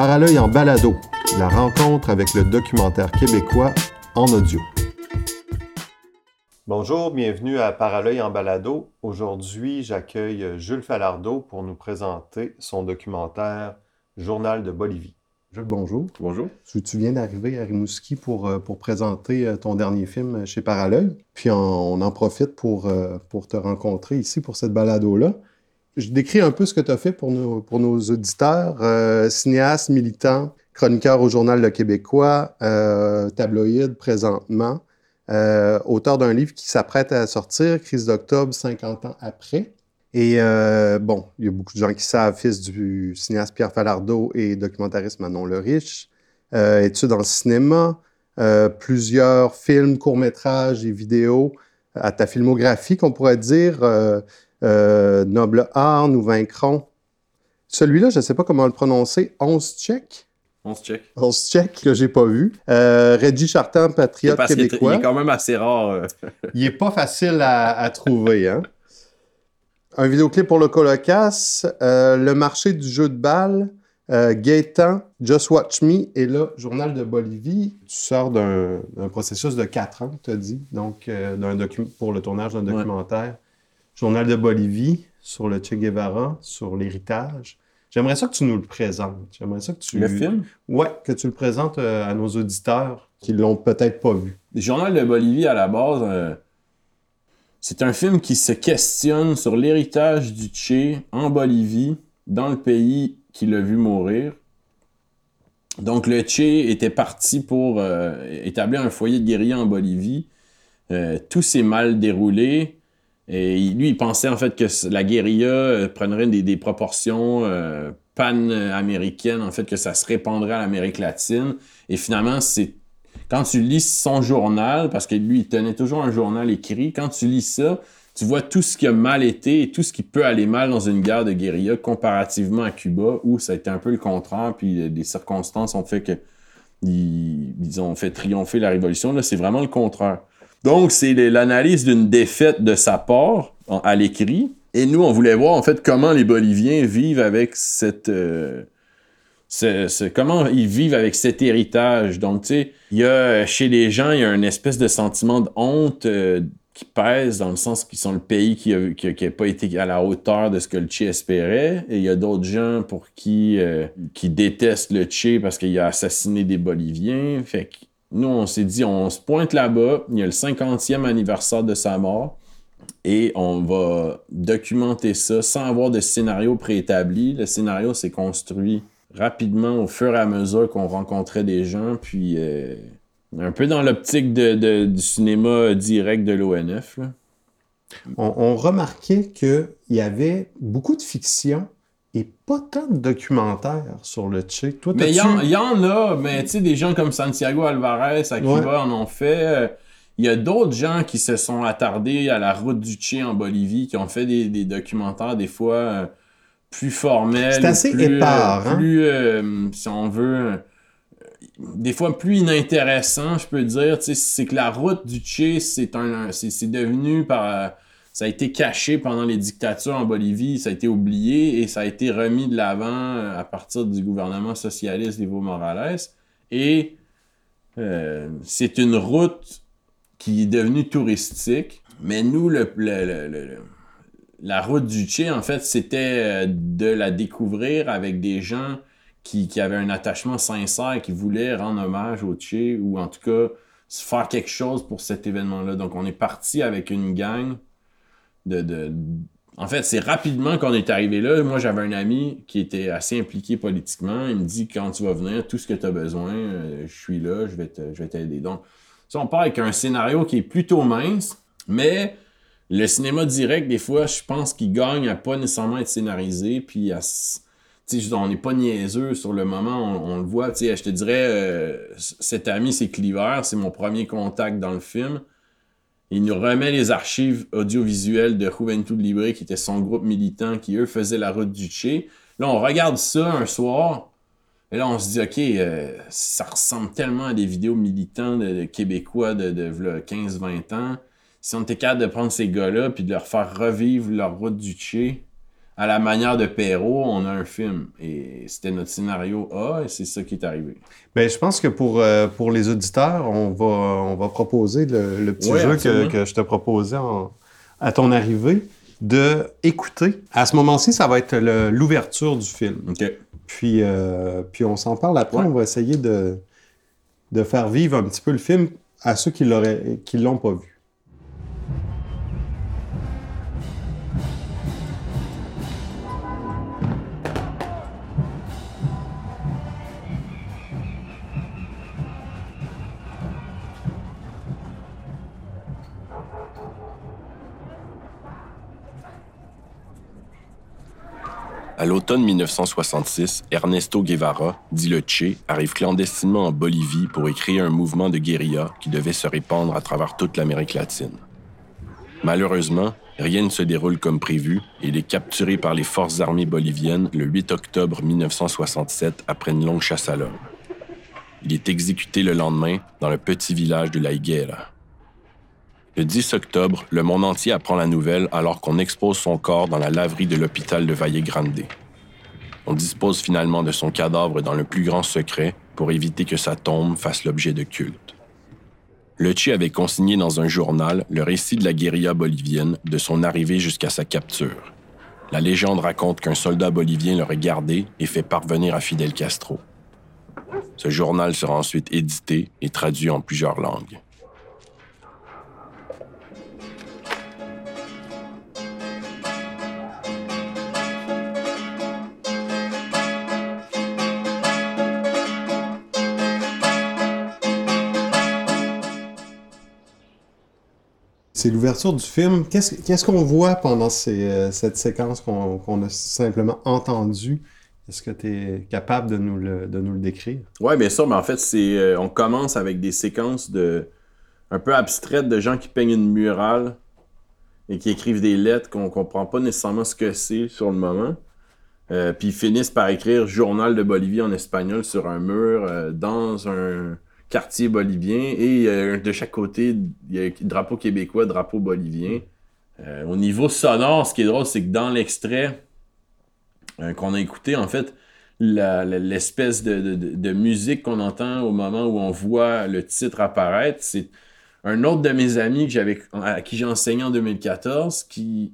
Parallèle en balado, la rencontre avec le documentaire québécois en audio. Bonjour, bienvenue à Parallèle en balado. Aujourd'hui, j'accueille Jules Falardeau pour nous présenter son documentaire Journal de Bolivie. Jules, bonjour. Bonjour. Tu viens d'arriver à Rimouski pour présenter ton dernier film chez Parallèle. Puis on en profite pour te rencontrer ici pour cette balado-là. Je décris un peu ce que tu as fait pour nos auditeurs. Cinéaste, militant, chroniqueur au Journal Le Québécois, tabloïd présentement, auteur d'un livre qui s'apprête à sortir, Crise d'octobre, 50 ans après. Et il y a beaucoup de gens qui savent, fils du cinéaste Pierre Falardeau et documentariste Manon Leriche, études en cinéma, plusieurs films, courts-métrages et vidéos à ta filmographie, qu'on pourrait dire... Noble Art, Nous vaincrons. Celui-là, je ne sais pas comment le prononcer. 11 Tchèques? 11 Tchèques. 11 Tchèques que j'ai pas vu. Reggie Chartan, patriote québécois. Il est quand même assez rare. Il est pas facile à trouver, hein? Un vidéoclip pour le Colocasse, Le marché du jeu de balle, Gaétan, Just Watch Me, et là, Journal de Bolivie. Tu sors d'un processus de 4 ans, tu as dit, donc pour le tournage d'un documentaire. Journal de Bolivie, sur le Che Guevara, sur l'héritage. J'aimerais ça que tu nous le présentes. Le film? Oui, que tu le présentes à nos auditeurs qui l'ont peut-être pas vu. Le Journal de Bolivie, à la base, c'est un film qui se questionne sur l'héritage du Che en Bolivie, dans le pays qui l'a vu mourir. Donc, le Che était parti pour établir un foyer de guérilla en Bolivie. Tout s'est mal déroulé. Et lui, il pensait en fait que la guérilla prendrait des proportions pan-américaines, en fait, que ça se répandrait à l'Amérique latine. Et finalement, quand tu lis son journal, parce que lui, il tenait toujours un journal écrit, quand tu lis ça, tu vois tout ce qui a mal été et tout ce qui peut aller mal dans une guerre de guérilla comparativement à Cuba, où ça a été un peu le contraire, puis des circonstances ont fait ils ont fait triompher la révolution. Là, c'est vraiment le contraire. Donc, c'est l'analyse d'une défaite de sa part à l'écrit. Et nous, on voulait voir, en fait, comment les Boliviens vivent avec comment ils vivent avec cet héritage. Donc, tu sais, chez les gens, il y a une espèce de sentiment de honte qui pèse, dans le sens qu'ils sont le pays qui a pas été à la hauteur de ce que le Che espérait. Et il y a d'autres gens pour qui détestent le Che parce qu'il a assassiné des Boliviens. Fait que nous, on s'est dit, on se pointe là-bas, il y a le 50e anniversaire de sa mort, et on va documenter ça sans avoir de scénario préétabli. Le scénario s'est construit rapidement au fur et à mesure qu'on rencontrait des gens, puis un peu dans l'optique du cinéma direct de l'ONF. Là. On remarquait qu'il y avait beaucoup de fiction et pas tant de documentaires sur le Che. Toi, mais il y en a, mais tu sais, des gens comme Santiago Alvarez à Cuba en ont fait. Il y a d'autres gens qui se sont attardés à la route du Che en Bolivie, qui ont fait des documentaires des fois plus formels. C'est assez épars, hein? Plus, si on veut, des fois plus inintéressant, je peux dire. Tu sais, c'est que la route du Che, c'est devenu ça a été caché pendant les dictatures en Bolivie, ça a été oublié et ça a été remis de l'avant à partir du gouvernement socialiste d'Evo Morales. Et c'est une route qui est devenue touristique. Mais nous, la route du Che, en fait, c'était de la découvrir avec des gens qui avaient un attachement sincère, qui voulaient rendre hommage au Che ou en tout cas faire quelque chose pour cet événement-là. Donc, on est parti avec une gang En fait, c'est rapidement qu'on est arrivé là. Moi, j'avais un ami qui était assez impliqué politiquement. Il me dit, quand tu vas venir, tout ce que tu as besoin, je suis là, je vais t'aider. Donc, ça, on part avec un scénario qui est plutôt mince, mais le cinéma direct, des fois, je pense qu'il gagne à pas nécessairement être scénarisé, puis on n'est pas niaiseux sur le moment, on le voit. Je te dirais, cet ami, c'est Cliver, c'est mon premier contact dans le film. Il nous remet les archives audiovisuelles de Juventud Libre, qui était son groupe militant, qui, eux, faisaient la route du Che. Là, on regarde ça un soir, et là, on se dit, OK, ça ressemble tellement à des vidéos militants de Québécois de 15-20 ans. Si on était capable de prendre ces gars-là, puis de leur faire revivre leur route du Che, à la manière de Perrault, on a un film. Et c'était notre scénario A, et c'est ça qui est arrivé. Ben, je pense que pour les auditeurs, on va proposer le petit Oui, jeu absolument. que je te proposais à ton arrivée, de écouter. À ce moment-ci, ça va être l'ouverture du film. OK. Puis on s'en parle après. Ouais. On va essayer de faire vivre un petit peu le film à ceux qui l'ont pas vu. À l'automne 1966, Ernesto Guevara, dit le Che, arrive clandestinement en Bolivie pour y créer un mouvement de guérilla qui devait se répandre à travers toute l'Amérique latine. Malheureusement, rien ne se déroule comme prévu et il est capturé par les forces armées boliviennes le 8 octobre 1967 après une longue chasse à l'homme. Il est exécuté le lendemain dans le petit village de La Higuera. Le 10 octobre, le monde entier apprend la nouvelle alors qu'on expose son corps dans la laverie de l'hôpital de Valle Grande. On dispose finalement de son cadavre dans le plus grand secret pour éviter que sa tombe fasse l'objet de culte. Le Che avait consigné dans un journal le récit de la guérilla bolivienne de son arrivée jusqu'à sa capture. La légende raconte qu'un soldat bolivien l'aurait gardé et fait parvenir à Fidel Castro. Ce journal sera ensuite édité et traduit en plusieurs langues. C'est l'ouverture du film. Qu'est-ce qu'on voit pendant cette séquence qu'on a simplement entendue? Est-ce que tu es capable de nous le décrire? Ouais, bien sûr, mais en fait, on commence avec des séquences un peu abstraites de gens qui peignent une murale et qui écrivent des lettres qu'on comprend pas nécessairement ce que c'est sur le moment. Puis ils finissent par écrire Journal de Bolivie en espagnol sur un mur dans un quartier bolivien. Et de chaque côté, il y a drapeau québécois, drapeau bolivien. Au niveau sonore, ce qui est drôle, c'est que dans l'extrait qu'on a écouté, en fait, l'espèce de musique qu'on entend au moment où on voit le titre apparaître, c'est un autre de mes amis à qui j'ai enseigné en 2014 qui...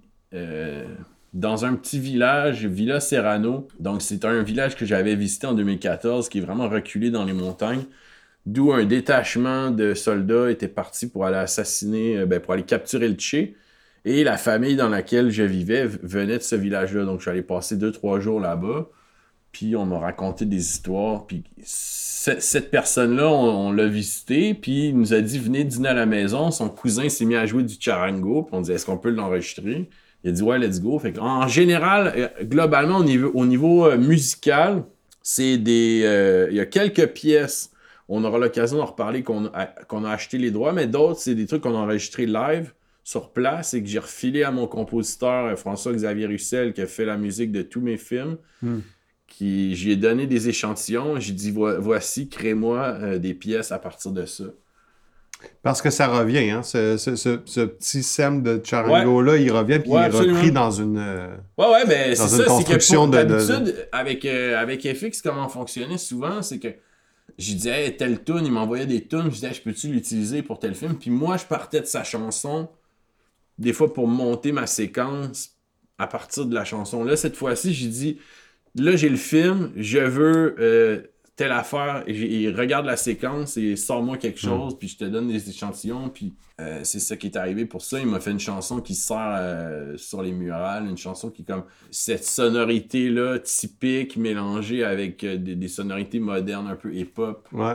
dans un petit village, Villa Serrano. Donc, c'est un village que j'avais visité en 2014, qui est vraiment reculé dans les montagnes, d'où un détachement de soldats était parti pour aller pour aller capturer le Che. Et la famille dans laquelle je vivais venait de ce village-là. Donc, je suis allé passer 2-3 jours là-bas. Puis, on m'a raconté des histoires. Puis, cette personne-là, on l'a visité. Puis, il nous a dit, venez dîner à la maison. Son cousin s'est mis à jouer du charango. Puis, on dit, est-ce qu'on peut l'enregistrer? Il a dit, ouais, let's go. Fait en général, globalement, au niveau musical, il y a quelques pièces. On aura l'occasion d'en reparler qu'on a acheté les droits, mais d'autres, c'est des trucs qu'on a enregistrés live sur place et que j'ai refilé à mon compositeur François-Xavier Russel qui a fait la musique de tous mes films. J'y ai donné des échantillons. J'ai dit, voici, crée-moi des pièces à partir de ça. Parce que ça revient, hein? Ce petit sem de charango-là, il revient puis il est repris dans une ben c'est ça, construction c'est que d'habitude, avec FX, comment fonctionnait souvent, c'est que je disais, hey, telle tune, il m'envoyait des tunes, je disais, je peux-tu l'utiliser pour tel film? Puis moi, je partais de sa chanson, des fois pour monter ma séquence à partir de la chanson. Là, cette fois-ci, j'ai dit, là, j'ai le film, je veux telle affaire, et regarde la séquence et sors-moi quelque chose, puis je te donne des échantillons, puis c'est ça qui est arrivé pour ça. Il m'a fait une chanson qui sert sur les murales, une chanson qui est comme cette sonorité-là typique mélangée avec des sonorités modernes un peu hip-hop. Ouais.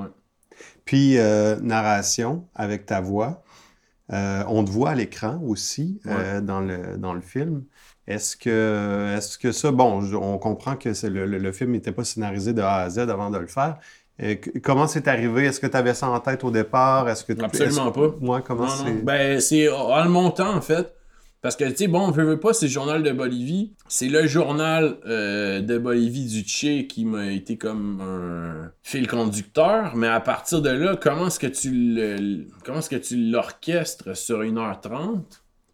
Puis, narration avec ta voix. On te voit à l'écran aussi dans le film. Est-ce que ça, bon, on comprend que le film n'était pas scénarisé de A à Z avant de le faire. Comment c'est arrivé? Est-ce que tu avais ça en tête au départ? Absolument pas. Moi, comment c'est? Non. Ben, c'est en le montant, en fait. Parce que, tu sais, bon, veux pas, c'est le Journal de Bolivie. C'est le journal de Bolivie du Che qui m'a été comme un fil conducteur. Mais à partir de là, comment est-ce que tu l'orchestres sur 1h30?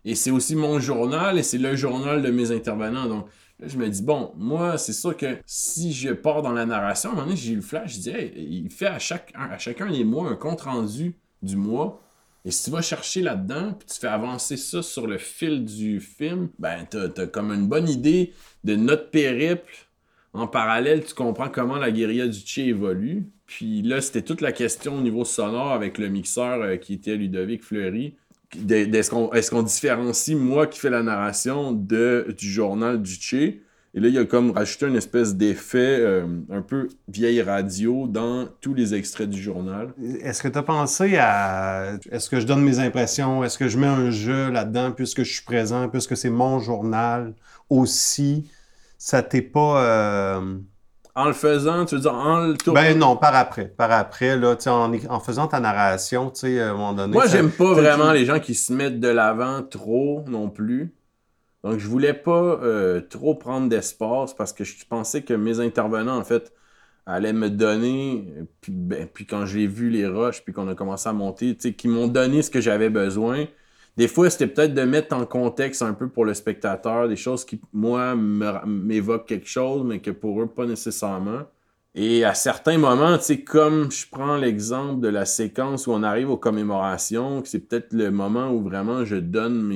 Et c'est aussi mon journal et c'est le journal de mes intervenants. Donc, là, je me dis, bon, moi, c'est sûr que si je pars dans la narration, à un moment donné, j'ai eu le flash, je dis, hey, il fait à chacun des mois un compte-rendu du mois. Et si tu vas chercher là-dedans, puis tu fais avancer ça sur le fil du film, ben, t'as comme une bonne idée de notre périple. En parallèle, tu comprends comment la guérilla du Tché évolue. Puis là, c'était toute la question au niveau sonore avec le mixeur qui était Ludovic Fleury. Est-ce qu'on différencie moi qui fais la narration du journal du Tché? Et là, il a comme rajouté une espèce d'effet un peu vieille radio dans tous les extraits du journal. Est-ce que tu as pensé à... Est-ce que je donne mes impressions? Est-ce que je mets un jeu là-dedans puisque je suis présent, puisque c'est mon journal aussi? Ça t'est pas... En le faisant, tu veux dire en le tournant? Ben non, par après. Par après, là, en faisant ta narration, tu sais, à un moment donné... Moi, j'aime pas vraiment les gens qui se mettent de l'avant trop non plus. Donc, je voulais pas trop prendre d'espace parce que je pensais que mes intervenants, en fait, allaient me donner, puis quand j'ai vu les rushs, puis qu'on a commencé à monter, tu sais, qui m'ont donné ce que j'avais besoin. Des fois, c'était peut-être de mettre en contexte un peu pour le spectateur, des choses qui, moi, m'évoquent quelque chose, mais que pour eux, pas nécessairement. Et à certains moments, tu sais, comme je prends l'exemple de la séquence où on arrive aux commémorations, que c'est peut-être le moment où vraiment je donne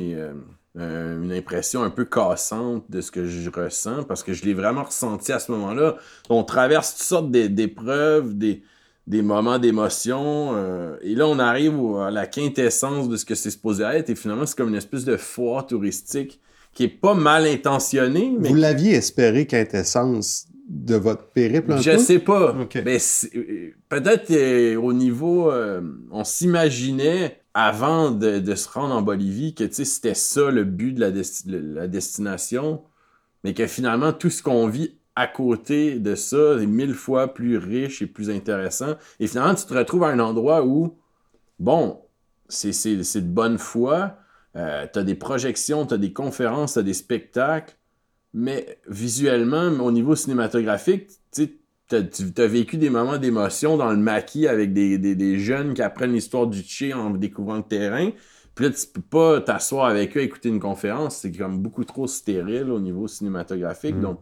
une impression un peu cassante de ce que je ressens, parce que je l'ai vraiment ressenti à ce moment-là. On traverse toutes sortes d'épreuves, des moments d'émotion, et là, on arrive à la quintessence de ce que c'est supposé être, et finalement, c'est comme une espèce de foire touristique qui est pas mal intentionnée. Mais vous l'aviez espéré quintessence de votre périple un peu? Je sais pas. Okay. Ben, peut-être au niveau... on s'imaginait, avant de se rendre en Bolivie, que c'était ça le but de la destination, mais que finalement, tout ce qu'on vit à côté de ça est 1000 fois plus riche et plus intéressant. Et finalement, tu te retrouves à un endroit où, bon, c'est de bonne foi, t'as des projections, t'as des conférences, t'as des spectacles, mais visuellement, au niveau cinématographique, tu as vécu des moments d'émotion dans le maquis avec des jeunes qui apprennent l'histoire du Tché en découvrant le terrain. Puis là, tu peux pas t'asseoir avec eux et écouter une conférence. C'est comme beaucoup trop stérile au niveau cinématographique. Donc,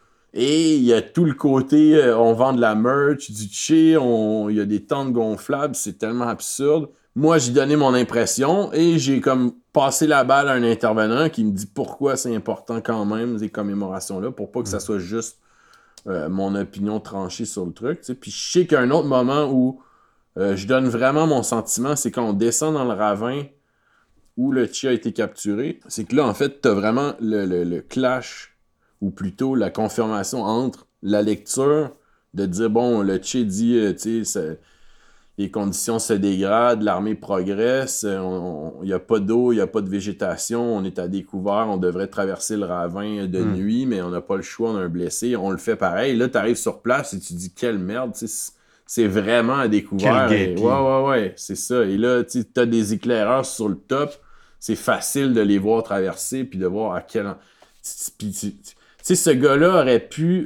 et il y a tout le côté, on vend de la merch, du Tché, il y a des tentes gonflables, c'est tellement absurde. Moi, j'ai donné mon impression et j'ai comme passé la balle à un intervenant qui me dit pourquoi c'est important quand même, ces commémorations-là, pour pas que ça soit juste mon opinion tranchée sur le truc. T'sais. Puis je sais qu'il y a un autre moment où je donne vraiment mon sentiment, c'est quand on descend dans le ravin où le Tché a été capturé. C'est que là, en fait, t'as vraiment le clash, ou plutôt la confirmation entre la lecture, de dire, bon, le Tché dit, tu sais, les conditions se dégradent, l'armée progresse, il n'y a pas d'eau, il n'y a pas de végétation, on est à découvert, on devrait traverser le ravin de nuit, mais on n'a pas le choix, on a un blessé, on le fait pareil. Là, tu arrives sur place et tu dis, quelle merde, c'est vraiment à découvert. Ouais, c'est ça. Et là, tu as des éclaireurs sur le top, c'est facile de les voir traverser, puis de voir à quel... Tu sais, ce gars-là aurait pu...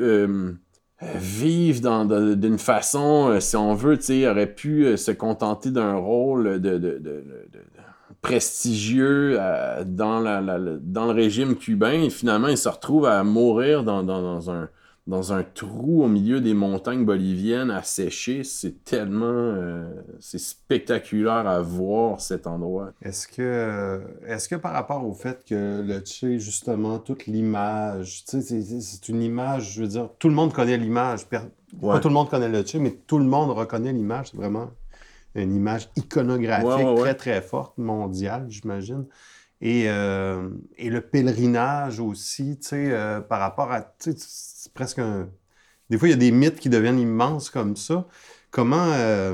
vivre d'une façon, si on veut, tu sais, aurait pu se contenter d'un rôle de prestigieux dans le régime cubain, et finalement, il se retrouve à mourir dans un trou au milieu des montagnes boliviennes à sécher. C'est tellement... c'est spectaculaire à voir, cet endroit. Est-ce que par rapport au fait que le Tché, justement, toute l'image, tu sais, c'est une image, je veux dire, tout le monde connaît l'image. Pas tout le monde connaît le Tché, mais tout le monde reconnaît l'image. C'est vraiment une image iconographique très, très forte, mondiale, j'imagine. Et le pèlerinage aussi, tu sais, par rapport à... Tu sais, c'est presque un... Des fois, il y a des mythes qui deviennent immenses comme ça. Comment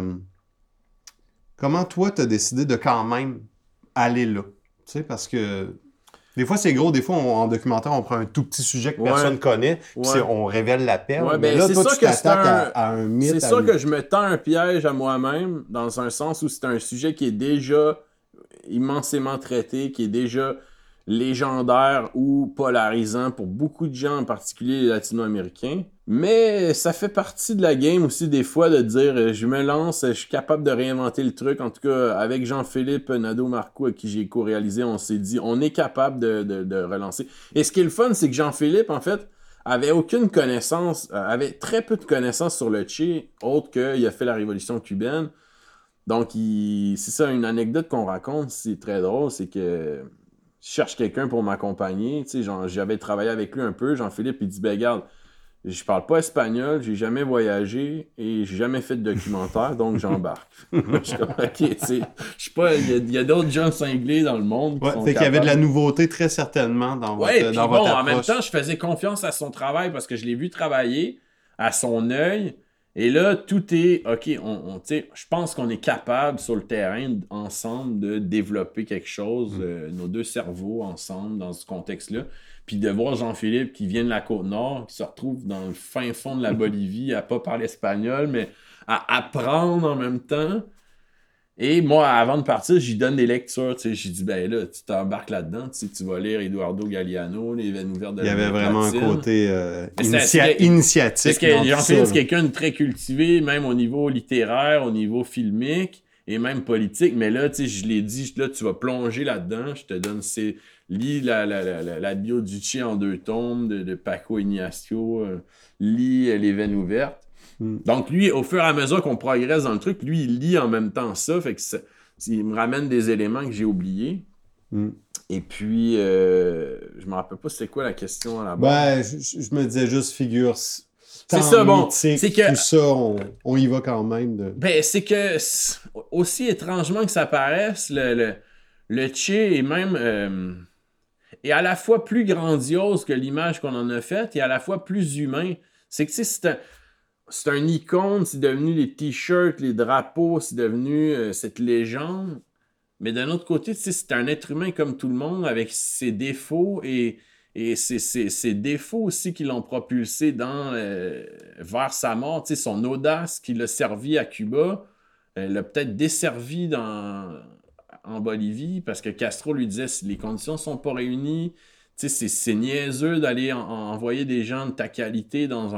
toi, tu as décidé de quand même aller là? Tu sais, parce que des fois, c'est gros. Des fois, en documentaire, on prend un tout petit sujet que personne connaît, puis on révèle la perle. Ouais, mais là, toi, tu t'attaques à un mythe. C'est sûr que je me tends un piège à moi-même, dans un sens où c'est un sujet qui est déjà immensément traité, qui est déjà légendaire ou polarisant pour beaucoup de gens, en particulier les latino-américains. Mais ça fait partie de la game aussi des fois de dire je me lance, je suis capable de réinventer le truc. En tout cas, avec Jean-Philippe Nadeau-Marcoux, à qui j'ai co-réalisé, on s'est dit on est capable de relancer. Et ce qui est le fun, c'est que Jean-Philippe, en fait, avait aucune connaissance, avait très peu de connaissances sur le Che, autre qu'il a fait la révolution cubaine. Donc, c'est ça, une anecdote qu'on raconte, c'est très drôle, c'est que je cherche quelqu'un pour m'accompagner. Tu sais, j'avais travaillé avec lui un peu. Jean-Philippe, il dit ben, regarde, je parle pas espagnol, j'ai jamais voyagé et j'ai jamais fait de documentaire, donc j'embarque. Je suis comme, ok, tu sais, je sais pas, il y a d'autres gens cinglés dans le monde qui sont fait qu'il y avait de la capables. nouveauté très certainement dans Ouais, votre, puis dans bon, votre en même approche. temps, je faisais confiance à son travail parce que je l'ai vu travailler à son œil. Et là, tout est, OK, tu sais, je pense qu'on est capable sur le terrain, ensemble, de développer quelque chose, nos deux cerveaux ensemble, dans ce contexte-là. Puis de voir Jean-Philippe qui vient de la Côte-Nord, qui se retrouve dans le fin fond de la Bolivie, à pas parler espagnol, mais à apprendre en même temps. Et moi, avant de partir, j'y donne des lectures. Tu sais, j'ai dit, ben là, tu t'embarques là-dedans, tu sais, tu vas lire Eduardo Galeano, Les veines ouvertes de Il y avait l'Amérique vraiment un latine. côté C'était- initiatique. Parce que dans tout Jean-Philippe, ça, c'est quelqu'un de très cultivé, même au niveau littéraire, au niveau filmique et même politique. Mais là, tu sais, je l'ai dit, là, tu vas plonger là-dedans. Je te donne lis la bio du Che en 2 tomes de Paco Ignacio, lis Les veines ouvertes. Donc, lui, au fur et à mesure qu'on progresse dans le truc, lui, il lit en même temps ça. Fait que il me ramène des éléments que j'ai oubliés. Et puis, je me rappelle pas c'est quoi la question à la base. je me disais juste figure. C'est ça, bon. Mythique, C'est que. tout ça, on y va quand même. Ben, c'est que, aussi étrangement que ça paraisse, le Che est même. Est à la fois plus grandiose que l'image qu'on en a faite et à la fois plus humain. C'est que, tu sais, c'est un icône, c'est devenu les t-shirts, les drapeaux, c'est devenu cette légende. Mais d'un autre côté, tu sais, c'est un être humain comme tout le monde avec ses défauts et ses défauts aussi qui l'ont propulsé vers sa mort. Tu sais, son audace qui l'a servi à Cuba, l'a peut-être desservi en Bolivie parce que Castro lui disait si les conditions ne sont pas réunies, tu sais, c'est niaiseux d'aller envoyer des gens de ta qualité dans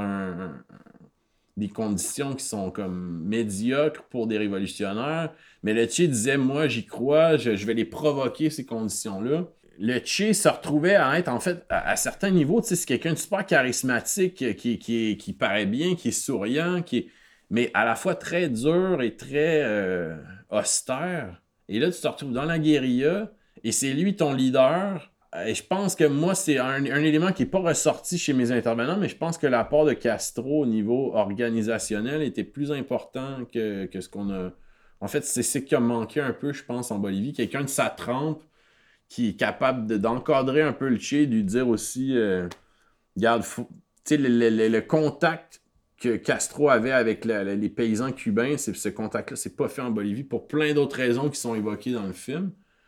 des conditions qui sont comme médiocres pour des révolutionnaires. Mais le Che disait, moi, j'y crois, je vais les provoquer, ces conditions-là. Le Che se retrouvait à être, en fait, à certains niveaux, tu sais, c'est quelqu'un de super charismatique, qui paraît bien, qui est souriant, mais à la fois très dur et très austère. Et là, tu te retrouves dans la guérilla, et c'est lui ton leader. Et je pense que moi, c'est un élément qui n'est pas ressorti chez mes intervenants, mais je pense que l'apport de Castro au niveau organisationnel était plus important que ce qu'on a. En fait, c'est ce qui a manqué un peu, je pense, en Bolivie. Quelqu'un de sa trempe qui est capable d'encadrer un peu le Che, de lui dire aussi regarde, tu sais, le contact que Castro avait avec les paysans cubains, ce contact-là, c'est pas fait en Bolivie pour plein d'autres raisons qui sont évoquées dans le film.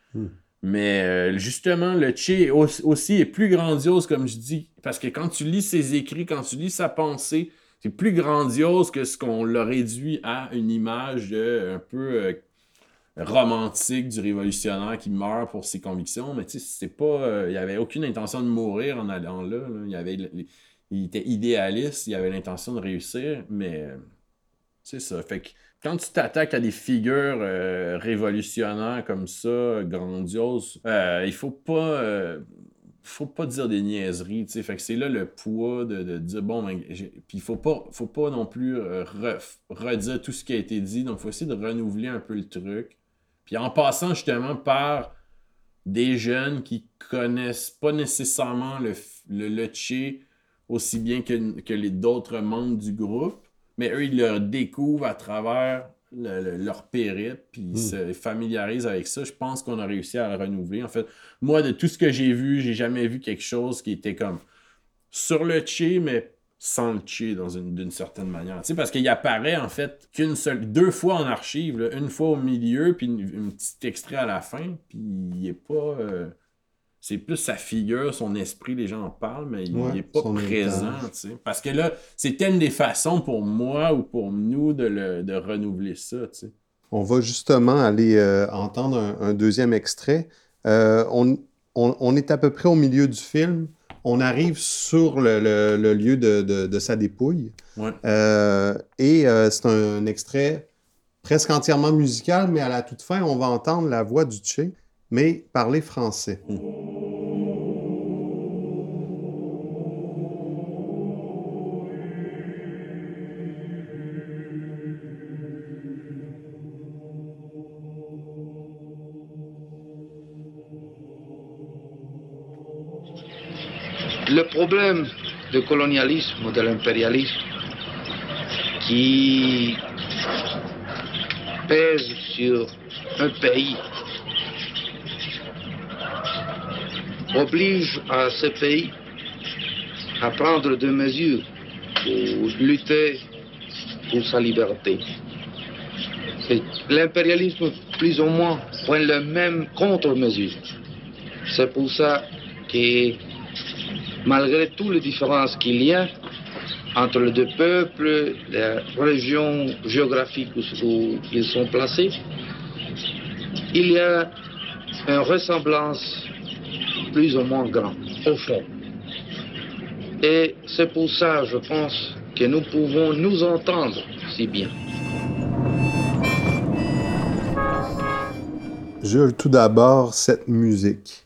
Mais justement, le Che aussi est plus grandiose, comme je dis, parce que quand tu lis ses écrits, quand tu lis sa pensée, c'est plus grandiose que ce qu'on l'a réduit à une image un peu romantique du révolutionnaire qui meurt pour ses convictions. Mais tu sais, c'est pas, il avait aucune intention de mourir en allant là. Il était idéaliste, il avait l'intention de réussir, mais c'est ça. Fait que quand tu t'attaques à des figures révolutionnaires comme ça, grandioses, il faut pas dire des niaiseries, tu sais. Fait que c'est là le poids de dire, bon, ben, puis il faut pas non plus redire tout ce qui a été dit, donc il faut essayer de renouveler un peu le truc. Puis en passant justement par des jeunes qui connaissent pas nécessairement le Che aussi bien que les d'autres membres du groupe, mais eux, ils le découvrent à travers leur périple, puis ils se familiarisent avec ça. Je pense qu'on a réussi à le renouveler. En fait, moi, de tout ce que j'ai vu, j'ai jamais vu quelque chose qui était comme sur le Che, mais sans le Che d'une certaine manière. Tu sais, parce qu'il apparaît, en fait, 2 fois en archive, là, une fois au milieu, puis un petit extrait à la fin, puis il est pas... c'est plus sa figure, son esprit, les gens en parlent, mais il n'est pas présent. Tu sais. Parce que là, c'était une des façons pour moi ou pour nous de renouveler ça. Tu sais. On va justement aller entendre un deuxième extrait. On est à peu près au milieu du film. on arrive sur le lieu de sa dépouille. Ouais. C'est un extrait presque entièrement musical, mais à la toute fin, on va entendre la voix du Che, mais parler français. Le problème du colonialisme, de l'impérialisme, qui pèse sur un pays, oblige à ce pays à prendre des mesures pour lutter pour sa liberté. Et l'impérialisme, plus ou moins, prend les mêmes contre-mesures. C'est pour ça que malgré toutes les différences qu'il y a entre les deux peuples, les régions géographiques où ils sont placés, il y a une ressemblance plus ou moins grande, au fond. Et c'est pour ça, je pense, que nous pouvons nous entendre si bien. Jules, tout d'abord, cette musique.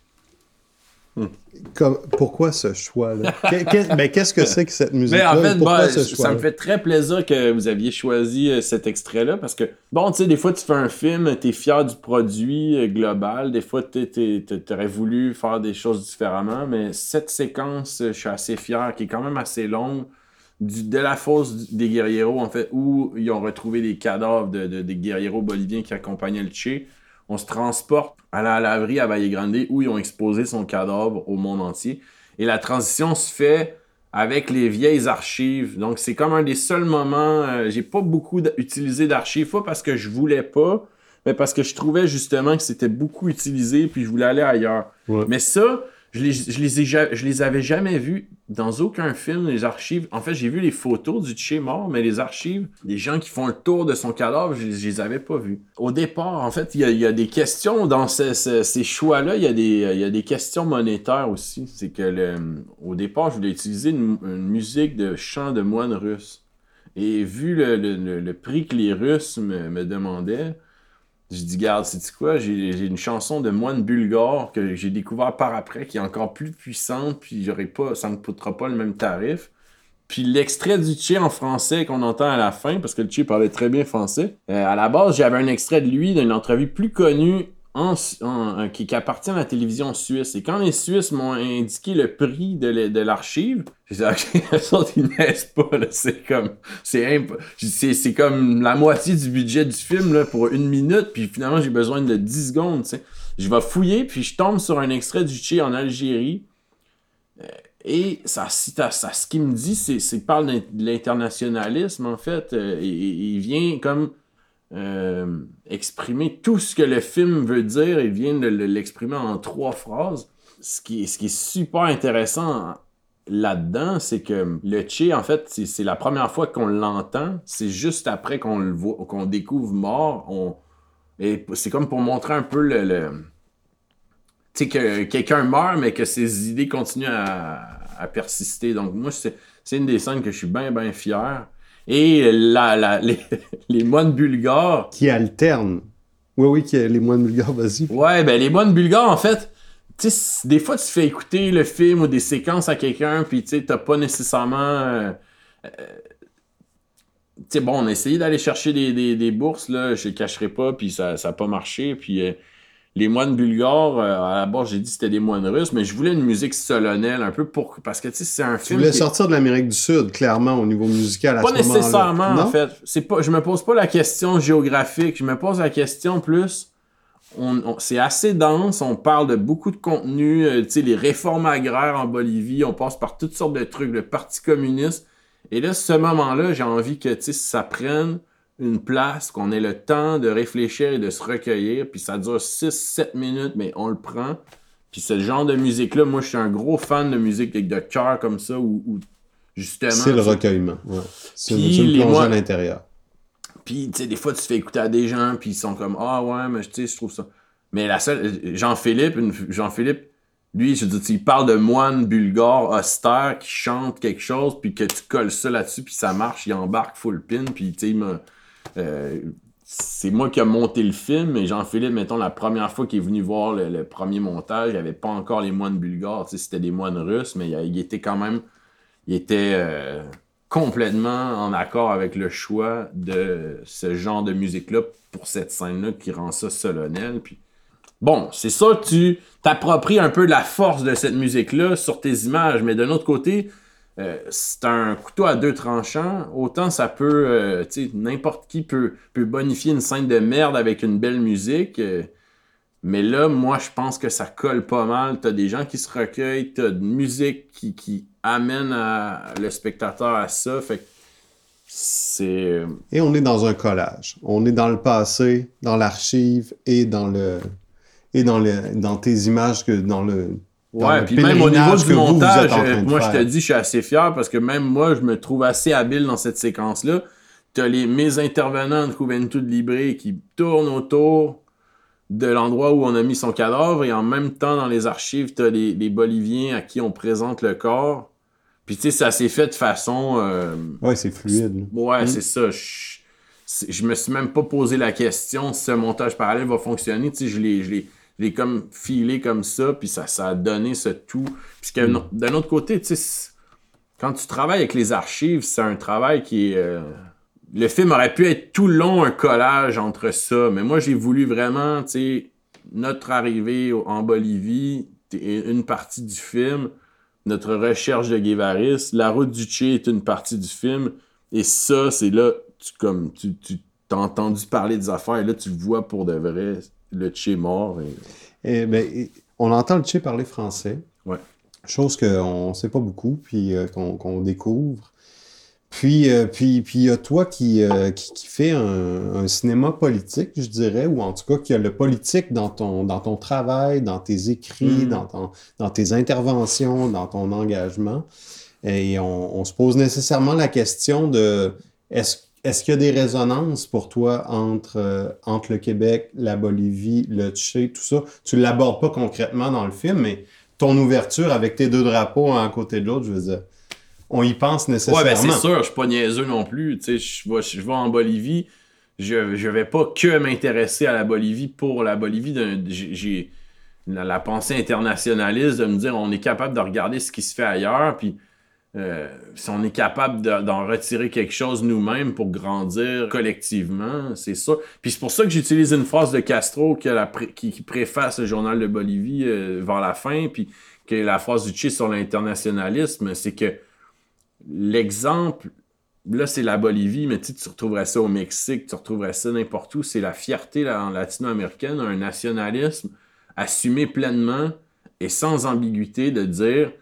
Pourquoi ce choix-là? Qu'est-ce que c'est que cette musique-là? Mais en fait, pourquoi ce choix-là? ça me fait très plaisir que vous aviez choisi cet extrait-là parce que, bon, tu sais, des fois, tu fais un film, t'es fier du produit global. Des fois, t'aurais voulu faire des choses différemment, mais cette séquence, je suis assez fier, qui est quand même assez longue, de la fosse des guerrieros, en fait, où ils ont retrouvé des cadavres des guerrieros boliviens qui accompagnaient le Che. On se transporte à la laverie à Valle Grande où ils ont exposé son cadavre au monde entier. Et la transition se fait avec les vieilles archives. Donc, c'est comme un des seuls moments... j'ai pas beaucoup utilisé d'archives, pas parce que je voulais pas, mais parce que je trouvais justement que c'était beaucoup utilisé puis je voulais aller ailleurs. Ouais. Mais ça, je les avais jamais vus dans aucun film, les archives. En fait, j'ai vu les photos du Che mort, mais les archives, les gens qui font le tour de son cadavre, je les avais pas vus. Au départ, en fait, il y a des questions dans ces choix-là, il y a des questions monétaires aussi. C'est que au départ, je voulais utiliser une musique de chant de moines russes. Et vu le prix que les Russes me demandaient, je dis, garde, sais-tu quoi, j'ai une chanson de moine bulgare que j'ai découvert par après, qui est encore plus puissante, puis ça ne me coûtera pas le même tarif. Puis l'extrait du Che en français qu'on entend à la fin, parce que le Che parlait très bien français, à la base, j'avais un extrait de lui, d'une entrevue plus connue qui appartient à la télévision suisse. Et quand les Suisses m'ont indiqué le prix de l'archive, j'ai dit, OK, les autres, ils naissent pas, là. C'est comme la moitié du budget du film, là, pour 1 minute, puis finalement, j'ai besoin de 10 secondes, tu sais. Je vais fouiller, puis je tombe sur un extrait du Che en Algérie. Et ce qu'il me dit, c'est parle de l'internationalisme, en fait. Et il vient comme exprimer tout ce que le film veut dire. Il vient de l'exprimer en 3 phrases. Ce qui est super intéressant là-dedans, c'est que le Che, en fait, c'est la première fois qu'on l'entend. C'est juste après qu'on le voit, qu'on découvre mort. Et c'est comme pour montrer un peu tu sais, que quelqu'un meurt, mais que ses idées continuent à persister. Donc, moi, c'est une des scènes que je suis bien, bien fier. Et les moines bulgares... Qui alternent. Oui, les moines bulgares, vas-y. Ouais, ben les moines bulgares, en fait, tu sais, des fois, tu fais écouter le film ou des séquences à quelqu'un, puis tu sais, t'as pas nécessairement... tu sais, bon, on a essayé d'aller chercher des bourses, là, je ne cacherai pas, puis ça n'a pas marché, puis... les moines bulgares, à la base, j'ai dit que c'était des moines russes, mais je voulais une musique solennelle un peu parce que, tu sais, c'est un film... Tu voulais sortir de l'Amérique du Sud, clairement, au niveau musical, à ce moment-là. Pas nécessairement, en fait. Je me pose pas la question géographique, je me pose la question plus... c'est assez dense, on parle de beaucoup de contenu, tu sais, les réformes agraires en Bolivie, on passe par toutes sortes de trucs, le Parti communiste. Et là, ce moment-là, j'ai envie que, tu sais, ça prenne une place, qu'on ait le temps de réfléchir et de se recueillir, puis ça dure 6-7 minutes, mais on le prend. Puis ce genre de musique-là, moi, je suis un gros fan de musique avec de cœur comme ça, où justement... C'est le recueillement, ouais. C'est une plongée à l'intérieur. Puis, tu sais, des fois, tu te fais écouter à des gens, puis ils sont comme « Ah ouais, mais tu sais, je trouve ça... » Mais Jean-Philippe, Lui, je veux dire, il parle de moine bulgare austère qui chante quelque chose, puis que tu colles ça là-dessus, puis ça marche, il embarque full pin, puis tu sais, c'est moi qui ai monté le film, et Jean-Philippe, mettons, la première fois qu'il est venu voir le premier montage, il n'y avait pas encore les moines bulgares, tu sais, c'était des moines russes, mais il était quand même, il était complètement en accord avec le choix de ce genre de musique-là pour cette scène-là qui rend ça solennel, puis bon, c'est ça, tu t'appropries un peu la force de cette musique-là sur tes images, mais d'un autre côté, c'est un couteau à deux tranchants. Autant ça peut, tu sais, n'importe qui peut bonifier une scène de merde avec une belle musique. Mais là, moi, je pense que ça colle pas mal. T'as des gens qui se recueillent, t'as de musique qui amène le spectateur à ça. Fait que c'est... Et on est dans un collage. On est dans le passé, dans l'archive et dans tes images que dans le Ouais, puis même au niveau du montage, moi je te dis, je suis assez fier parce que même moi, je me trouve assez habile dans cette séquence-là. T'as mes intervenants de Juventud Libre qui tournent autour de l'endroit où on a mis son cadavre et en même temps, dans les archives, t'as les Boliviens à qui on présente le corps. Puis tu sais, ça s'est fait de façon... Ouais, c'est fluide. Ouais, c'est ça. Je me suis même pas posé la question si ce montage parallèle va fonctionner. Tu sais, je l'ai comme filé comme ça, puis ça a donné ce tout. Puis d'un autre côté, tu sais, quand tu travailles avec les archives, c'est un travail qui est... Le film aurait pu être tout le long un collage entre ça, mais moi, j'ai voulu vraiment, tu sais, notre arrivée en Bolivie, une partie du film, notre recherche de Guevaris, La route du Che est une partie du film, et ça, c'est là, tu t'as entendu parler des affaires, et là, tu vois pour de vrai le Che mort. On entend le Che parler français. Ouais. Chose qu'on ne sait pas beaucoup, puis qu'on découvre. Puis il y a toi qui fait un cinéma politique, je dirais, ou en tout cas qui a le politique dans ton travail, dans tes écrits, dans tes interventions, dans ton engagement. Et on se pose nécessairement la question de est-ce qu'il y a des résonances pour toi entre le Québec, la Bolivie, le Che, tout ça? Tu ne l'abordes pas concrètement dans le film, mais ton ouverture avec tes deux drapeaux un à côté de l'autre, je veux dire, on y pense nécessairement. Ouais, ben c'est sûr, je suis pas niaiseux non plus. Tu sais, je vais en Bolivie, je vais pas que m'intéresser à la Bolivie pour la Bolivie. J'ai la pensée internationaliste de me dire on est capable de regarder ce qui se fait ailleurs, puis si on est capable d'en retirer quelque chose nous-mêmes pour grandir collectivement, c'est ça. Puis c'est pour ça que j'utilise une phrase de Castro qui préface le journal de Bolivie vers la fin, puis que la phrase du Che sur l'internationalisme, c'est que l'exemple, là c'est la Bolivie, mais tu retrouverais ça au Mexique, tu retrouverais ça n'importe où, c'est la fierté latino-américaine, un nationalisme assumé pleinement et sans ambiguïté de dire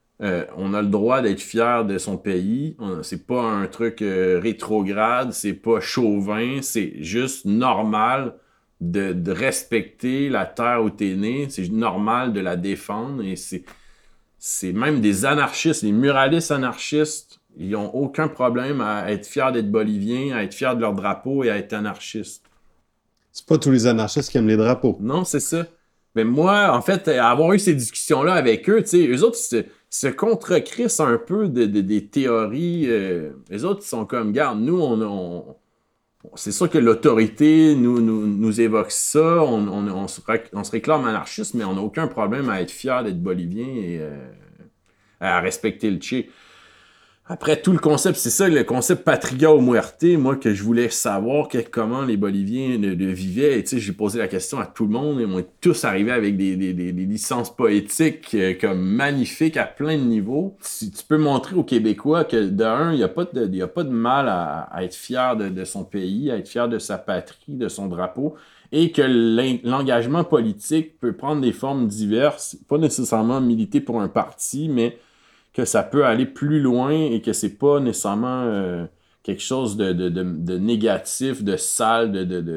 on a le droit d'être fier de son pays, c'est pas un truc rétrograde, c'est pas chauvin, c'est juste normal de respecter la terre où t'es né, c'est normal de la défendre et c'est même des anarchistes, les muralistes anarchistes, ils n'ont aucun problème à être fiers d'être boliviens, à être fiers de leur drapeau et à être anarchistes. C'est pas tous les anarchistes qui aiment les drapeaux. Non, c'est ça. Mais moi, en fait, avoir eu ces discussions-là avec eux, tu sais, eux autres, ils se contre-crissent un peu des théories. Les autres, ils sont comme, garde, nous, c'est sûr que l'autorité nous évoque ça, on se réclame anarchiste, mais on n'a aucun problème à être fier d'être bolivien et à respecter le Che. Après, tout le concept, c'est ça, le concept Patria o Muerte, moi, que je voulais savoir comment les Boliviens le vivaient. Et tu sais, j'ai posé la question à tout le monde, et on est tous arrivés avec des licences poétiques comme magnifiques à plein de niveaux. Si tu peux montrer aux Québécois que, d'un, il n'y a pas de mal à être fier de son pays, à être fier de sa patrie, de son drapeau, et que l'engagement politique peut prendre des formes diverses, pas nécessairement militer pour un parti, mais que ça peut aller plus loin et que c'est pas nécessairement quelque chose de négatif, de sale,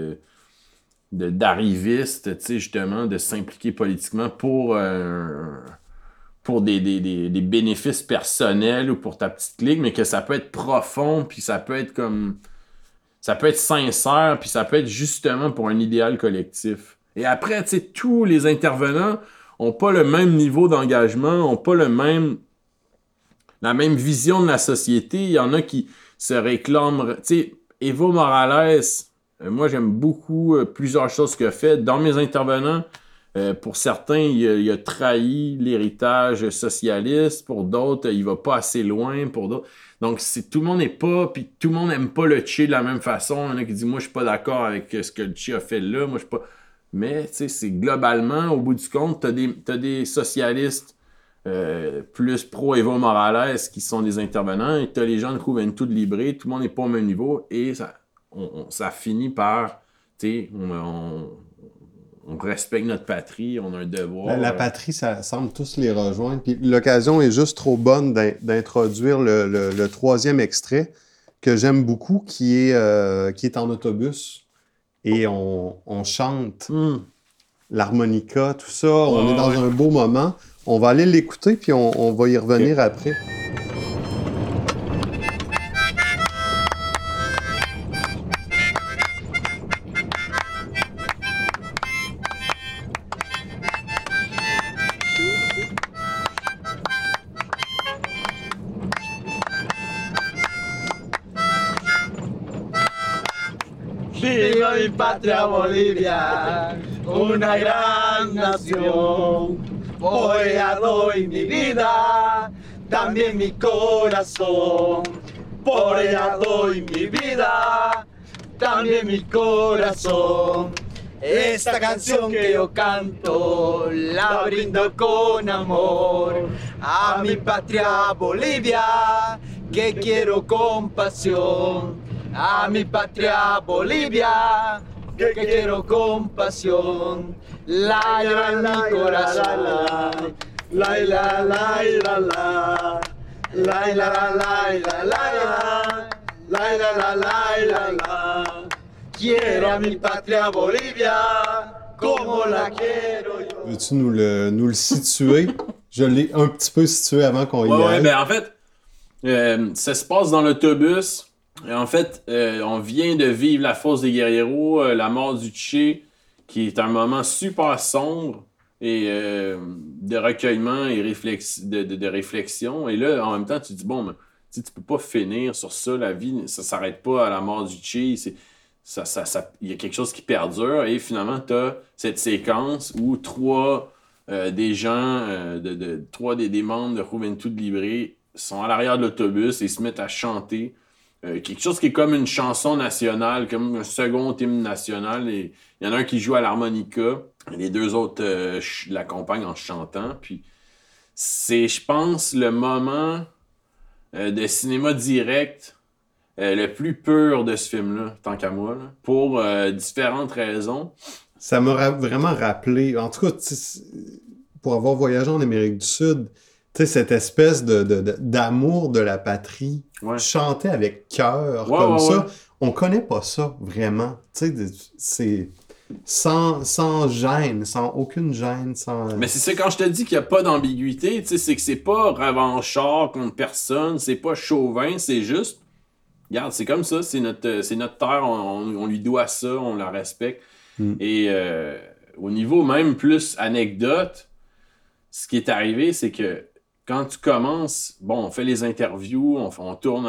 d'arriviste, tu sais, justement, de s'impliquer politiquement pour des bénéfices personnels ou pour ta petite clique, mais que ça peut être profond, puis ça peut être comme... Ça peut être sincère, puis ça peut être justement pour un idéal collectif. Et après, tu sais, tous les intervenants ont pas le même niveau d'engagement, ont pas la même vision de la société. Il y en a qui se réclament... Tu sais, Evo Morales, moi j'aime beaucoup plusieurs choses qu'il a fait. Dans mes intervenants, pour certains, il a trahi l'héritage socialiste. Pour d'autres, il va pas assez loin. Pour d'autres... Donc, tout le monde n'est pas... Puis tout le monde n'aime pas le Che de la même façon. Il y en a qui disent « Moi, je suis pas d'accord avec ce que le Che a fait là. Moi, je suis pas... » Mais, tu sais, c'est globalement, au bout du compte, t'as des socialistes plus pro-Evo Morales qui sont des intervenants, et t'as les gens de Juventud Libre, tout le monde n'est pas au même niveau, et ça finit par, tu sais, on respecte notre patrie, on a un devoir. La patrie, ça semble tous les rejoindre. Puis l'occasion est juste trop bonne d'introduire le troisième extrait que j'aime beaucoup, qui est en autobus. Et on chante l'harmonica, tout ça. On est dans un beau moment. On va aller l'écouter, puis on va y revenir après. Viva mi patria Bolivia, una gran nación. Por ella doy mi vida, también mi corazón. Por ella doy mi vida, también mi corazón. Esta canción que yo canto la brindo con amor a mi patria Bolivia, que quiero con pasión. A mi patria Bolivia, que quiero con pasión. La lleva en mi corazón. La la la la la. La la la la la la. La la la la la la. Quiero a mi patria Bolivia como la quiero yo. Veux-tu nous le situer? Je l'ai un petit peu situé avant qu'on y aille. Ouais, ben en fait, ça se passe dans l'autobus. En fait, on vient de vivre la fosse des Guerrieros, la mort du Che, qui est un moment super sombre et de recueillement et de réflexion. Et là, en même temps, tu te dis, bon, ben, tu peux pas finir sur ça, la vie, ça s'arrête pas à la mort du Che. Il y a quelque chose qui perdure et finalement, tu as cette séquence où trois des gens, trois des membres de Juventud Libre sont à l'arrière de l'autobus et se mettent à chanter. Quelque chose qui est comme une chanson nationale, comme un second hymne national. Et il y en a un qui joue à l'harmonica, et les deux autres l'accompagnent en chantant. Puis c'est, je pense, le moment de cinéma direct le plus pur de ce film-là, tant qu'à moi, là, pour différentes raisons. Ça m'a vraiment rappelé, en tout cas, pour avoir voyagé en Amérique du Sud, tu sais, cette espèce d'amour de la patrie, chanter avec cœur comme ça, on connaît pas ça vraiment. Tu sais, c'est sans gêne, sans aucune gêne, sans... Mais c'est ça, quand je te dis qu'il n'y a pas d'ambiguïté, tu sais, c'est que c'est pas revanchard contre personne, c'est pas chauvin, c'est juste, regarde, c'est comme ça, c'est notre terre, on lui doit ça, on la respecte. Et au niveau même plus anecdote, ce qui est arrivé, c'est que quand tu commences, bon, on fait les interviews, on tourne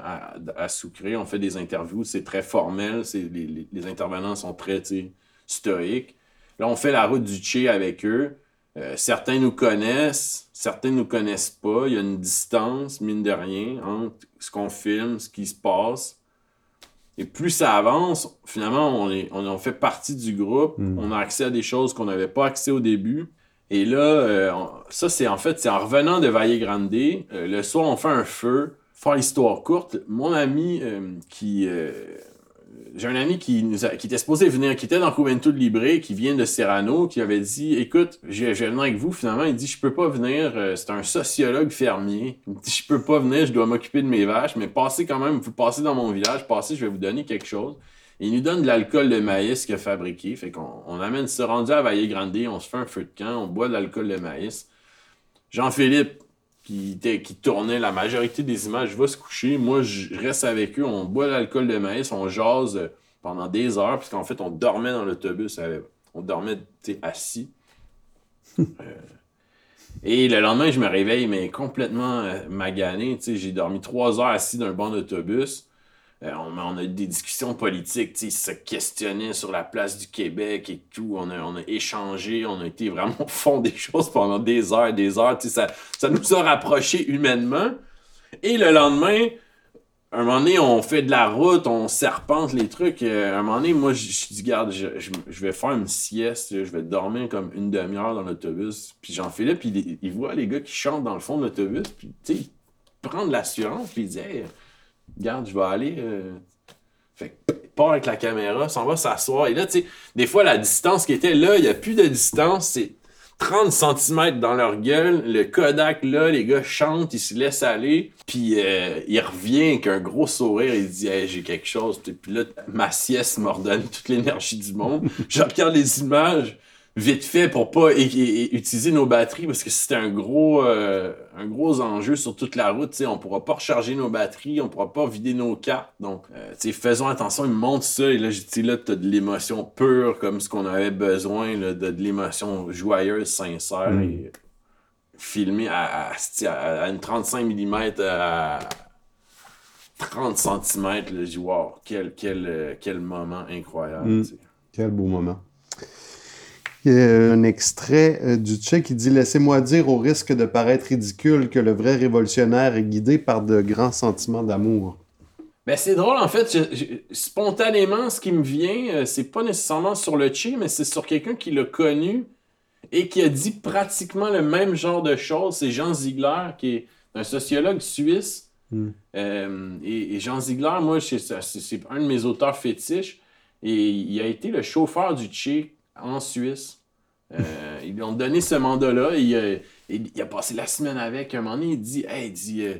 à Sucré, on fait des interviews, c'est très formel, les intervenants sont très stoïques. Là, on fait la route du Che avec eux. Certains nous connaissent, certains ne nous connaissent pas. Il y a une distance, mine de rien, entre ce qu'on filme, ce qui se passe. Et plus ça avance, finalement, on fait partie du groupe, on a accès à des choses qu'on n'avait pas accès au début. Et là, ça, c'est en revenant de Valle Grande, le soir, on fait un feu. Faire l'histoire courte, mon ami j'ai un ami qui était supposé venir, qui était dans Juventud Libre, qui vient de Serrano, qui avait dit, écoute, je vais venir avec vous. Finalement, il dit, je peux pas venir, c'est un sociologue fermier. Il me dit, je peux pas venir, je dois m'occuper de mes vaches, mais passez quand même, vous passez dans mon village, passez, je vais vous donner quelque chose. Et il nous donne de l'alcool de maïs qu'il a fabriqué. Fait qu'on amène ça rendu à Valle Grande, on se fait un feu de camp, on boit de l'alcool de maïs. Jean-Philippe, qui tournait la majorité des images, va se coucher. Moi, je reste avec eux, on boit de l'alcool de maïs, on jase pendant des heures, puisqu'en fait, on dormait dans l'autobus. On dormait assis. Et le lendemain, je me réveille, mais complètement magané. Tu sais, j'ai dormi 3 heures assis dans un banc d'autobus. On a eu des discussions politiques, tu sais, ils se questionnaient sur la place du Québec et tout. On a échangé, on a été vraiment au fond des choses pendant des heures, des heures. Tu sais, ça nous a rapprochés humainement. Et le lendemain, un moment donné, on fait de la route, on serpente les trucs. Un moment donné, moi, je dis, regarde, je vais faire une sieste, là, je vais dormir comme une demi-heure dans l'autobus. Puis Jean-Philippe, il voit les gars qui chantent dans le fond de l'autobus, puis tu sais, il prend de l'assurance, puis il dit, hey, regarde, je vais aller. Fait que, il part avec la caméra, s'en va s'asseoir. Et là, tu sais, des fois, la distance qui était là, il n'y a plus de distance, c'est 30 cm dans leur gueule. Le Kodak, là, les gars chantent, ils se laissent aller. Puis il revient avec un gros sourire, il dit hey, j'ai quelque chose. Puis là, ma sieste m'ordonne toute l'énergie du monde. Je regarde les images vite fait pour pas utiliser nos batteries parce que c'était un gros enjeu sur toute la route. T'sais, on pourra pas recharger nos batteries, on pourra pas vider nos cartes. Donc, faisons attention, ils me montrent ça. Et là, j'ai dit là, t'as de l'émotion pure comme ce qu'on avait besoin, là, de l'émotion joyeuse, sincère. Et filmée à une 35 mm à 30 cm. Là, j'ai dit wow, quel moment incroyable. Quel beau moment. Il y a un extrait du Tché qui dit « Laissez-moi dire, au risque de paraître ridicule, que le vrai révolutionnaire est guidé par de grands sentiments d'amour. » Ben c'est drôle, en fait, spontanément, ce qui me vient, c'est pas nécessairement sur le Tché, mais c'est sur quelqu'un qui l'a connu et qui a dit pratiquement le même genre de choses. C'est Jean Ziegler, qui est un sociologue suisse. Et Jean Ziegler, moi, c'est un de mes auteurs fétiches. Et il a été le chauffeur du Tché en Suisse. Ils lui ont donné ce mandat-là. Et il a passé la semaine avec. Un moment donné, il dit, hey,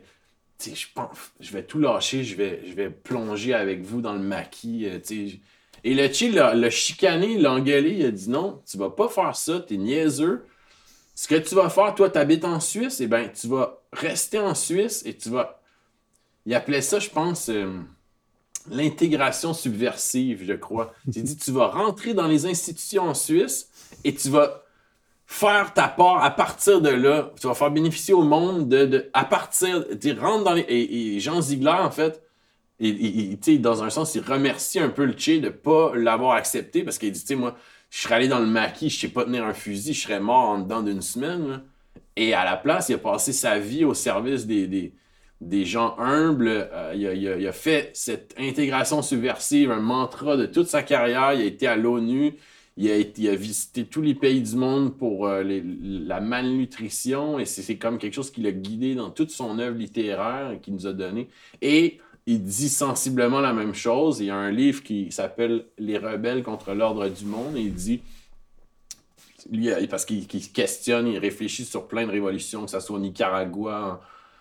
je pense, je vais tout lâcher, je vais plonger avec vous dans le maquis. Et le Tché l'a chicané, l'a engueulé. Il a dit, non, tu vas pas faire ça, t'es niaiseux. Ce que tu vas faire, toi, t'habites en Suisse, et ben tu vas rester en Suisse et tu vas... Il appelait ça, je pense... l'intégration subversive, je crois. Il dit, tu vas rentrer dans les institutions en Suisse et tu vas faire ta part à partir de là. Tu vas faire bénéficier au monde à partir... Tu rentres dans les... Et Jean Ziegler, en fait, dans un sens, il remercie un peu le Tché de ne pas l'avoir accepté parce qu'il dit, moi, je serais allé dans le maquis, je sais pas tenir un fusil, je serais mort en dedans d'une semaine. Là. Et à la place, il a passé sa vie au service des gens humbles. Il a fait cette intégration subversive, un mantra de toute sa carrière. Il a été à l'ONU. Il a visité tous les pays du monde pour la malnutrition. Et c'est comme quelque chose qui l'a guidé dans toute son œuvre littéraire qu'il nous a donné. Et il dit sensiblement la même chose. Il y a un livre qui s'appelle « Les rebelles contre l'ordre du monde ». Et il dit... Lui, parce qu'il questionne, il réfléchit sur plein de révolutions, que ce soit au Nicaragua...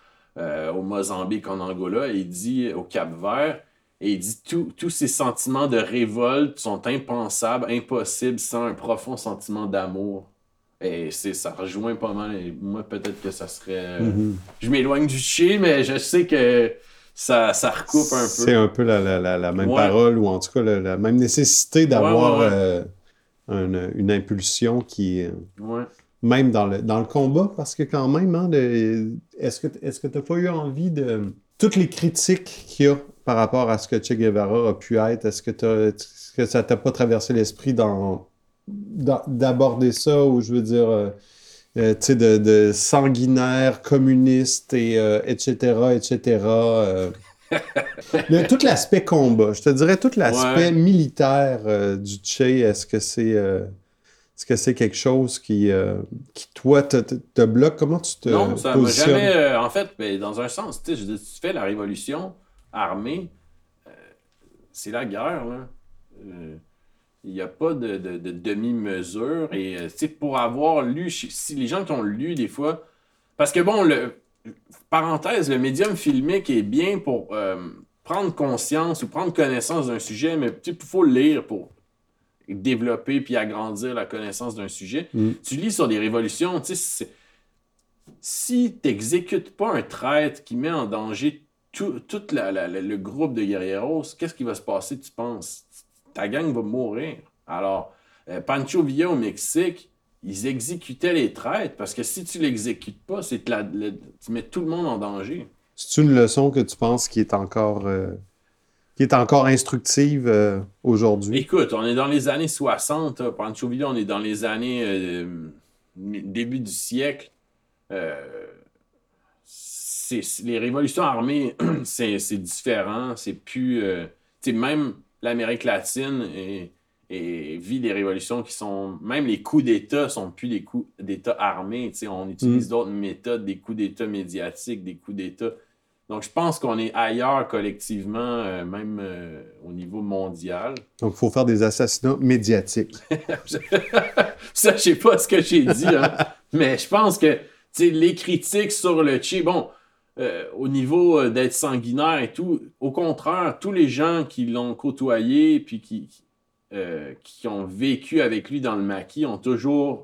au Mozambique, en Angola, et il dit au Cap-Vert, et il dit tous ces sentiments de révolte sont impensables, impossibles sans un profond sentiment d'amour. Et ça rejoint pas mal. Et moi, peut-être que ça serait... Je m'éloigne du Tché, mais je sais que ça recoupe un peu. C'est un peu la même parole, ou en tout cas la même nécessité d'avoir une impulsion qui... Même dans le combat, parce que quand même, hein, est-ce que tu n'as pas eu envie de... Toutes les critiques qu'il y a par rapport à ce que Che Guevara a pu être, est-ce que ça t'a pas traversé l'esprit d'aborder ça, ou je veux dire, tu sais, de sanguinaire, communiste, et etc., etc. Tout l'aspect combat, je te dirais tout l'aspect militaire du Che, est-ce que c'est quelque chose qui toi, te bloque? Comment tu te Non, ça m'a positionnes? jamais... en fait, dans un sens, tu sais, tu fais la révolution armée, c'est la guerre, là. Il n'y a pas de demi-mesure. Et, tu sais, pour avoir lu... Si les gens qui ont lu, des fois... Parce que, bon, parenthèse, le médium filmique est bien pour prendre conscience ou prendre connaissance d'un sujet, mais il faut le lire pour... développer puis agrandir la connaissance d'un sujet. Tu lis sur des révolutions, tu sais, si tu n'exécutes pas un traître qui met en danger tout le groupe de guerrieros, qu'est-ce qui va se passer, tu penses? Ta gang va mourir. Alors, Pancho Villa au Mexique, ils exécutaient les traîtres, parce que si tu l'exécutes pas, c'est que tu mets tout le monde en danger. C'est une leçon que tu penses qui est encore instructive aujourd'hui? Écoute, on est dans les années 60, là. Pancho Villa, on est dans les années début du siècle. Les révolutions armées, c'est différent. C'est plus... tu sais, même l'Amérique latine vit des révolutions qui sont... Même les coups d'État sont plus des coups d'État armés. Tu sais, on utilise d'autres méthodes, des coups d'État médiatiques, des coups d'État... Donc, je pense qu'on est ailleurs collectivement, même au niveau mondial. Donc, il faut faire des assassinats médiatiques. Ça, je sais pas ce que j'ai dit, hein. Mais je pense que les critiques sur le Che, bon, au niveau d'être sanguinaire et tout, au contraire, tous les gens qui l'ont côtoyé puis qui ont vécu avec lui dans le maquis ont toujours...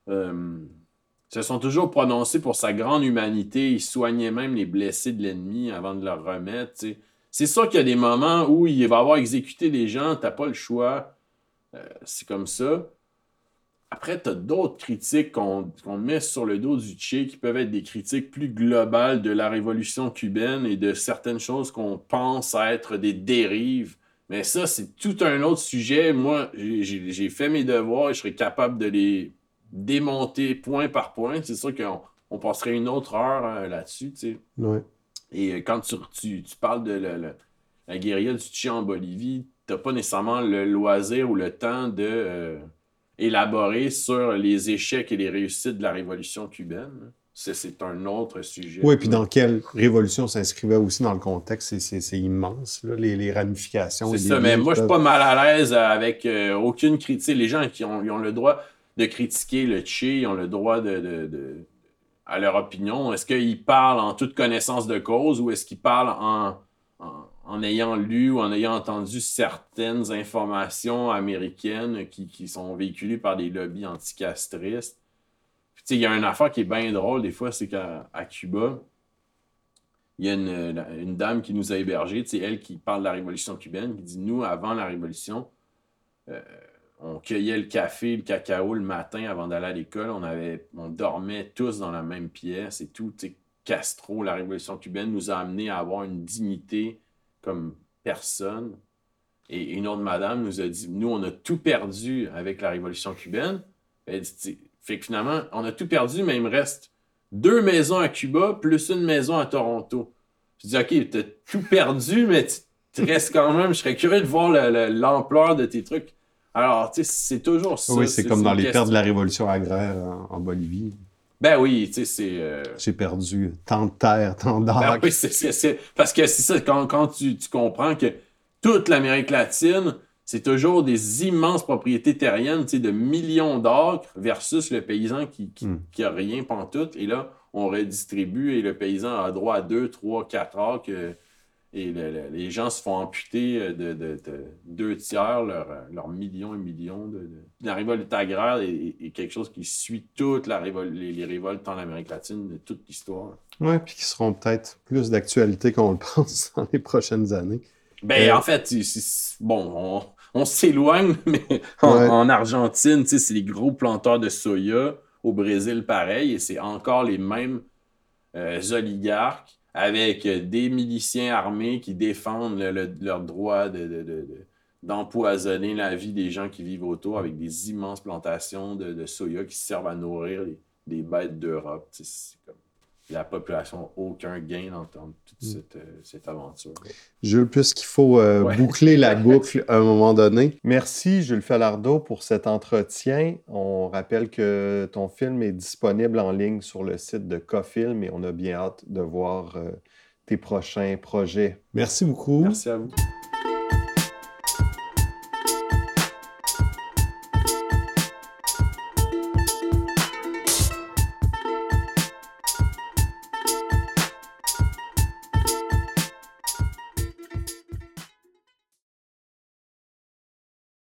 se sont toujours prononcés pour sa grande humanité. Ils soignaient même les blessés de l'ennemi avant de leur remettre. T'sais. C'est sûr qu'il y a des moments où il va avoir exécuté des gens, t'as pas le choix. C'est comme ça. Après, t'as d'autres critiques qu'on met sur le dos du Che qui peuvent être des critiques plus globales de la révolution cubaine et de certaines choses qu'on pense être des dérives. Mais ça, c'est tout un autre sujet. Moi, j'ai fait mes devoirs et je serais capable de les démonter point par point. C'est sûr qu'on passerait une autre heure là-dessus, tu sais. Ouais. Et quand tu parles de la guérilla du Che en Bolivie, t'as pas nécessairement le loisir ou le temps de élaborer sur les échecs et les réussites de la révolution cubaine. C'est un autre sujet. Oui, puis dans quelle révolution s'inscrivait aussi dans le contexte, c'est immense, là, les ramifications. C'est ça, mais moi, je suis pas mal à l'aise avec aucune critique. Les gens qui ont le droit de critiquer le Che, ils ont le droit à leur opinion. Est-ce qu'ils parlent en toute connaissance de cause ou est-ce qu'ils parlent en ayant lu ou en ayant entendu certaines informations américaines qui sont véhiculées par des lobbies anticastristes? Il y a une affaire qui est bien drôle des fois, c'est qu'à Cuba, il y a une dame qui nous a hébergés, elle qui parle de la révolution cubaine, qui dit, nous, avant la révolution, on cueillait le café, le cacao le matin avant d'aller à l'école. On dormait tous dans la même pièce et tout. Castro, la révolution cubaine, nous a amenés à avoir une dignité comme personne. Et une autre madame nous a dit, nous, on a tout perdu avec la révolution cubaine. Elle dit, fait que finalement, on a tout perdu, mais il me reste 2 maisons à Cuba plus une maison à Toronto. Je dis, OK, t'as tout perdu, mais tu restes quand même. Je serais curieux de voir l'ampleur de tes trucs. Alors, tu sais, c'est toujours ça. Oui, c'est comme dans les pertes de la révolution agraire en Bolivie. Ben oui, tu sais, c'est... J'ai perdu tant de terre, tant d'arcs. Ben oui, c'est... Parce que c'est ça, quand tu comprends que toute l'Amérique latine, c'est toujours des immenses propriétés terriennes, tu sais, de millions d'acres versus le paysan qui a rien pantoute. Et là, on redistribue et le paysan a droit à 2, 3, 4 acres. Et les gens se font amputer de 2 tiers leurs millions et millions. La révolte agraire est quelque chose qui suit toute les révoltes en Amérique latine de toute l'histoire. Oui, puis qui seront peut-être plus d'actualité qu'on le pense dans les prochaines années. Ben, en fait, bon, on s'éloigne, mais en Argentine, c'est les gros planteurs de soya. Au Brésil, pareil, et c'est encore les mêmes oligarques avec des miliciens armés qui défendent leur droit d'empoisonner la vie des gens qui vivent autour avec des immenses plantations de soya qui servent à nourrir des bêtes d'Europe. C'est comme la population n'a aucun gain dans toute cette aventure. Jules, puisqu'il faut boucler la boucle à un moment donné. Merci, Jules Falardeau, pour cet entretien. On rappelle que ton film est disponible en ligne sur le site de Cofilm et on a bien hâte de voir tes prochains projets. Merci beaucoup. Merci à vous.